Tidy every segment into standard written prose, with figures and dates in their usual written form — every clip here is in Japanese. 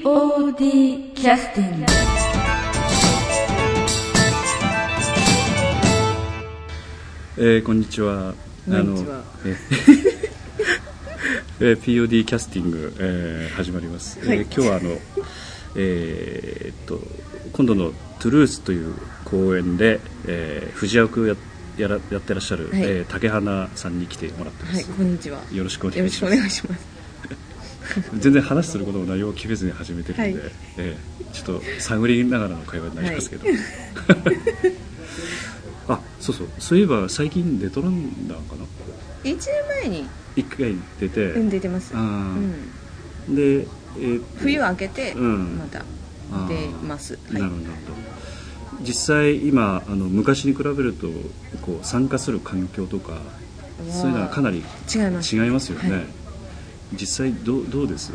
POD キャスティング。 こんにちは。 こんにちは。 POD キャスティング、始まります。今日は今度のトゥルースという公演で、藤役をやってらっしゃる、竹花さんに来てもらってます。 こんにちは。 よろしくお願いします。 よろしくお願いします。 全然話することも内容を決めずに始めてるので、ちょっと探りながらの会話になりますけど、そういえば最近出とるんだかな。 1年前に 1回出て、 出てます。 で、 冬明けてまた出ます。 なるほど。実際今昔に比べるとこう参加する環境とかそういうのはかなり違いますよね。実際どうです？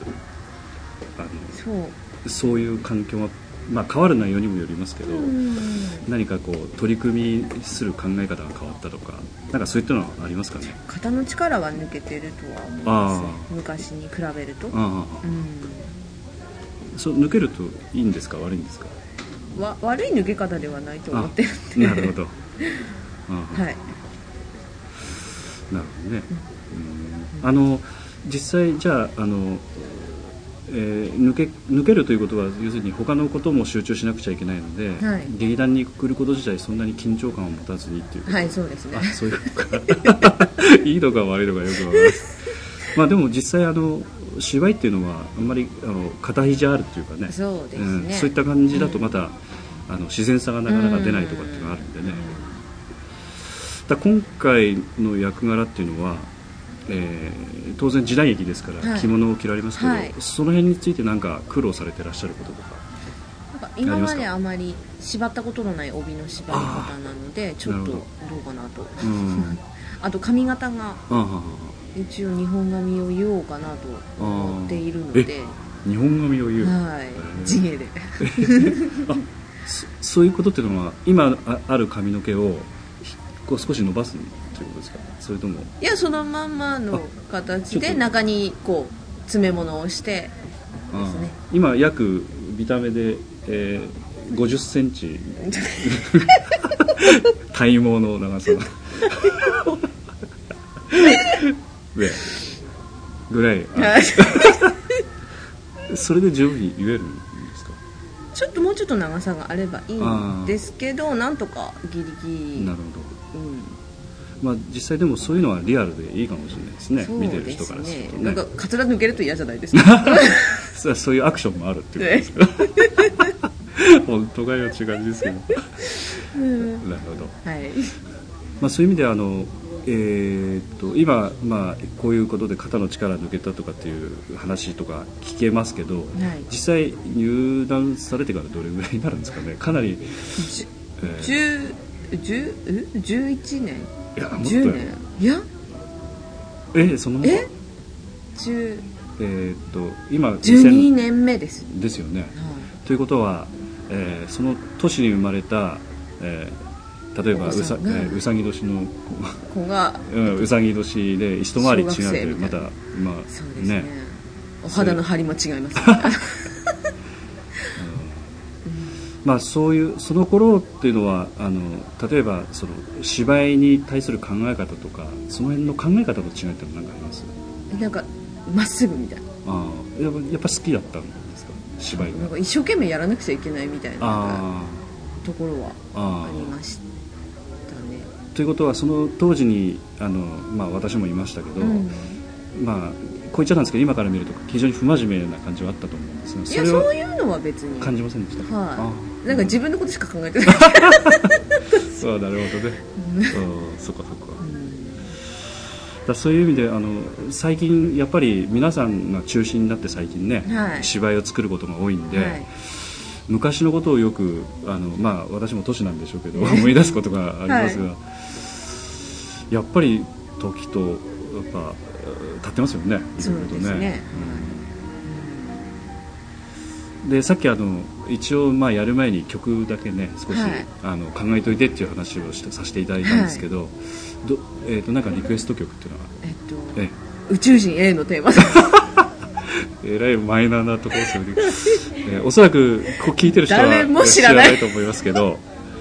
そういう環境は、変わる内容にもよりますけど、何かこう取り組みする考え方が変わったとか、なんかそういったのはありますかね？ 肩の力は抜けてるとは思いますね。昔に比べると。 そう抜けるといいんですか悪いんですか？ 悪い抜け方ではないと思ってるんで。 なるほど。 はい。 なるほどね。実際じゃあ抜けるということは要するに他のことも集中しなくちゃいけないので、劇団に来ること自体そんなに緊張感を持たずにっていうこと。 はい、そうですね。 そういうことか。いいのか悪いのかよくわからないです。でも実際芝居っていうのはあんまり肩肘あるっていうかね。 そうですね。 そういった感じだとまた自然さがなかなか出ないとかっていうのがあるんでね。だ今回の役柄っていうのは、当然時代劇ですから着物を着られますけど、その辺について何か苦労されてらっしゃることとか今まであまり縛ったことのない帯の縛り方なのでちょっとどうかなと。あと髪型が一応日本髪を言おうかなと思っているので。 日本髪を言う。 地毛で。 そういうことっていうのは今ある髪の毛をこう少し伸ばすということですか？それともいや、そのまんまの形で中にこう詰め物をしてですね。 今約見た目で、50センチ体毛の長さぐらいそれで十分に言えるんですか？ ちょっともうちょっと長さがあればいいんですけど、なんとかギリギリ。 なるほど。実際でもそういうのはリアルでいいかもしれないですね。見てる人からするとね。 なんかカツラ抜けると嫌じゃないですか。 そういうアクションもあるっていうことですか？本当かよって感じですけど。なるほど。そういう意味で今こういうことで肩の力抜けたとかっていう話とか聞けますけど、実際入団されてからどれぐらいになるんですかね？かなり 11年いや 10年いやその今 12年目ですよね。ということは、その年に生まれた、例えばうさぎ年の子がうさぎ年で一回り違うというまたそうですね。お肌の張りも違います。 そういうその頃っていうのは例えばその芝居に対する考え方とかその辺の考え方の違いって何かあります？ なんかまっすぐみたいな。 やっぱ好きだったんですか？芝居が。 なんか一生懸命やらなくちゃいけないみたいなところはありましたね。 ということはその当時に私もいましたけど、こう言っちゃったんですけど今から見ると非常に不真面目な感じはあったと思うんですが、 いやそういうのは別に感じませんでした。 なんか自分のことしか考えてない。 なるほどね。そっか。そういう意味で最近やっぱり皆さんが中心になって最近ね、芝居を作ることが多いんで、昔のことをよく私も年なんでしょうけど思い出すことがありますが、やっぱり時とやっぱ経ってますよね。 そうですね。 でさっき一応やる前に曲だけね少し、考えといてっていう話をさせていただいたんですけど、なんかリクエスト曲っていうのは、 宇宙人 A のテーマえらいマイナーなところですよね。おそらくこう聞いてる人は誰も知らないと思いますけど、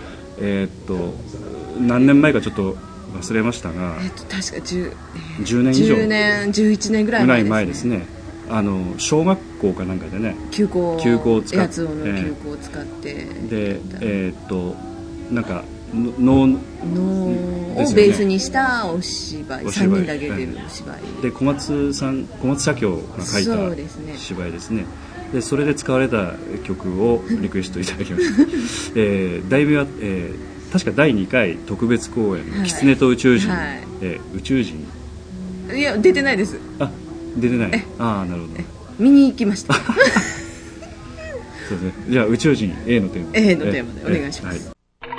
何年前かちょっと忘れましたが、 確か10 年以上、 10年11年ぐらい前ですね。 小学校かなんかでね、 休校を使って、 やつの休校を使って、 でなんか能をベースにしたお芝居、3人だけ出るお芝居で、小松左京が書いた芝居ですね。でそれで使われた曲をリクエストいただきました題名は、確か第2回特別公演「狐と宇宙人」宇宙人、 いや出てないです。 あ、出てない。ああ、なるほど。 見に行きました。そうですね。じゃあ宇宙人 A のテーマでお願いします。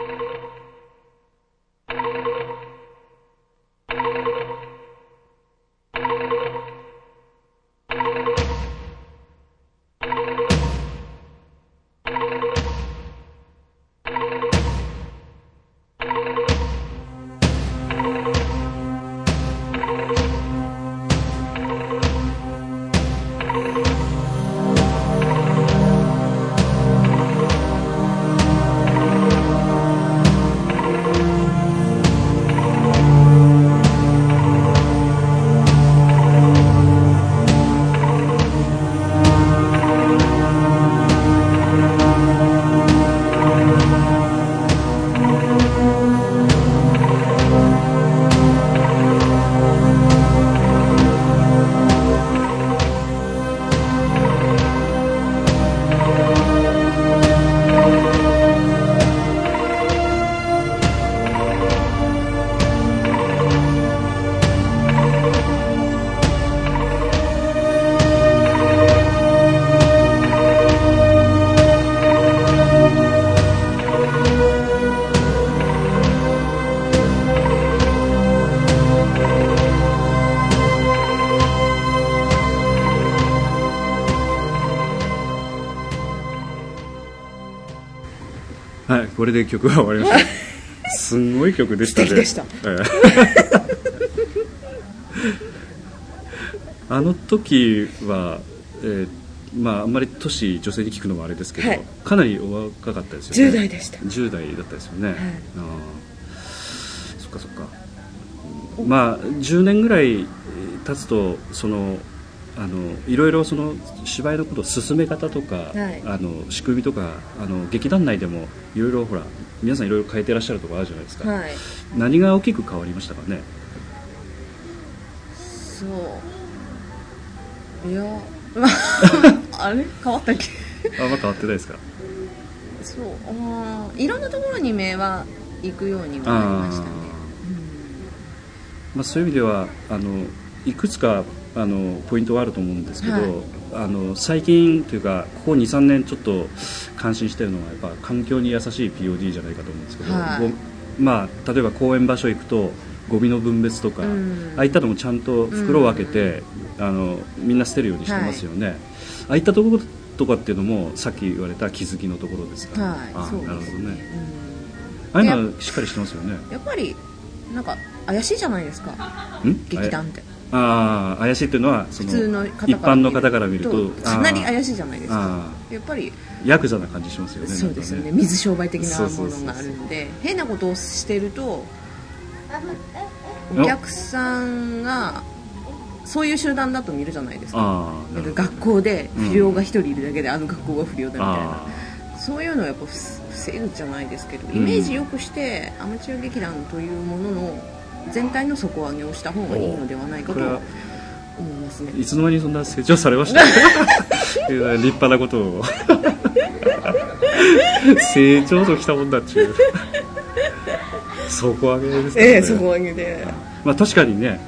はい、これで曲が終わりました。すんごい曲でしたね。 素敵でした。 あの時は、あんまり年女性に聞くのもあれですけど、はい、かなりお若かったですよね。 10代でした。 10代だったですよね。はい、そっかそっか。10年ぐらい経つといろいろその芝居のことを進め方とか、はい、仕組みとか劇団内でもいろいろほら皆さんいろいろ変えてらっしゃるところあるじゃないですか、はい、何が大きく変わりましたかね。 そういやあれ変わったっけ。 変わってないですか。 そういろんなところに目は行くようにはなりましたね。 そういう意味ではいくつかポイントがあると思うんですけど、はい、最近というかここ 2,3 年ちょっと感心しているのはやっぱ環境に優しい POD じゃないかと思うんですけど、はい、例えば公演場所行くとゴミの分別とか、ああいったのもちゃんと袋を分けて、みんな捨てるようにしてますよね、はい、ああいったところとかっていうのもさっき言われた気づきのところですか。 はい、そうですね。 なるほどね。ああいうのはしっかりしてますよね。 やっぱりなんか怪しいじゃないですか、劇団って。 怪しいっていうのは普通の一般の方から見るとかなり怪しいじゃないですか。やっぱりヤクザな感じしますよね。 そうですよね。水商売的なものがあるんで、変なことをしてるとお客さんがそういう集団だと見るじゃないですか。なんか学校で不良が一人いるだけで、あの学校が不良だみたいな、そういうのをやっぱ防ぐじゃないですけど、イメージよくしてアマチュア劇団というものの全体の底上げをした方がいいのではないかと思いますね。 いつの間にそんな成長されました立派なことを成長ときたもんだっちゅう底上げですからね。 底上げで、 確かにね、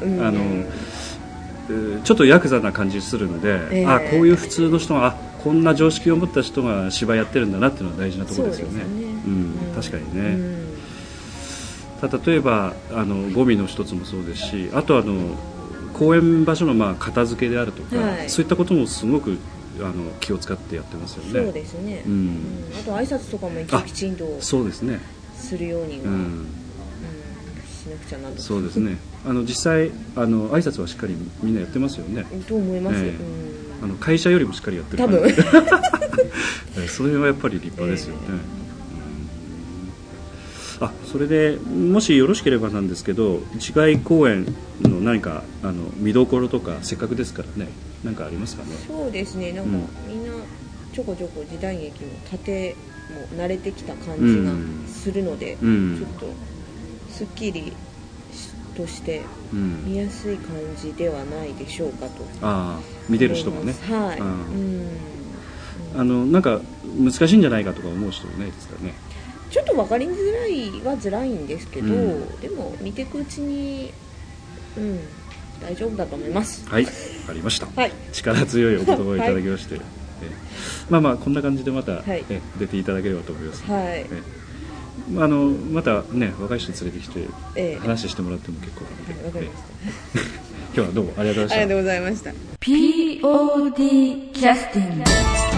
ちょっとヤクザな感じするので、こういう普通の人がこんな常識を持った人が芝居やってるんだなっていうのは大事なところですよね。確かにね。例えばゴミの一つもそうですし、あと公演場所の片付けであるとか、そういったこともすごく気を使ってやってますよね。 そうですね。あと挨拶とかも一応きちんとそうですねするようには、しなくちゃなと。 そうですね。実際挨拶はしっかりみんなやってますよね。 と思います。 会社よりもしっかりやってる多分それはやっぱり立派ですよね、それでもしよろしければなんですけど、市街公園の何か見どころとかせっかくですからね、何かありますかね。 そうですね、なんか、みんなちょこちょこ時代劇の盾も慣れてきた感じがするので、ちょっとすっきりとして見やすい感じではないでしょうかと、 見てる人もね、 はい、 なんか難しいんじゃないかとか思う人もいないですかね。 ちょっと分かりづらいは辛いんですけど、でも見ていくうちに、大丈夫だと思います。 はい、わかりました、 はい、 力強いお言葉をいただきまして、まあこんな感じでまた、出ていいただければと思います。またね、若い人連れてきて、話してもらっても結構なので、今日はどうもありがとうございました。 ありがとうございました。POD キャスティング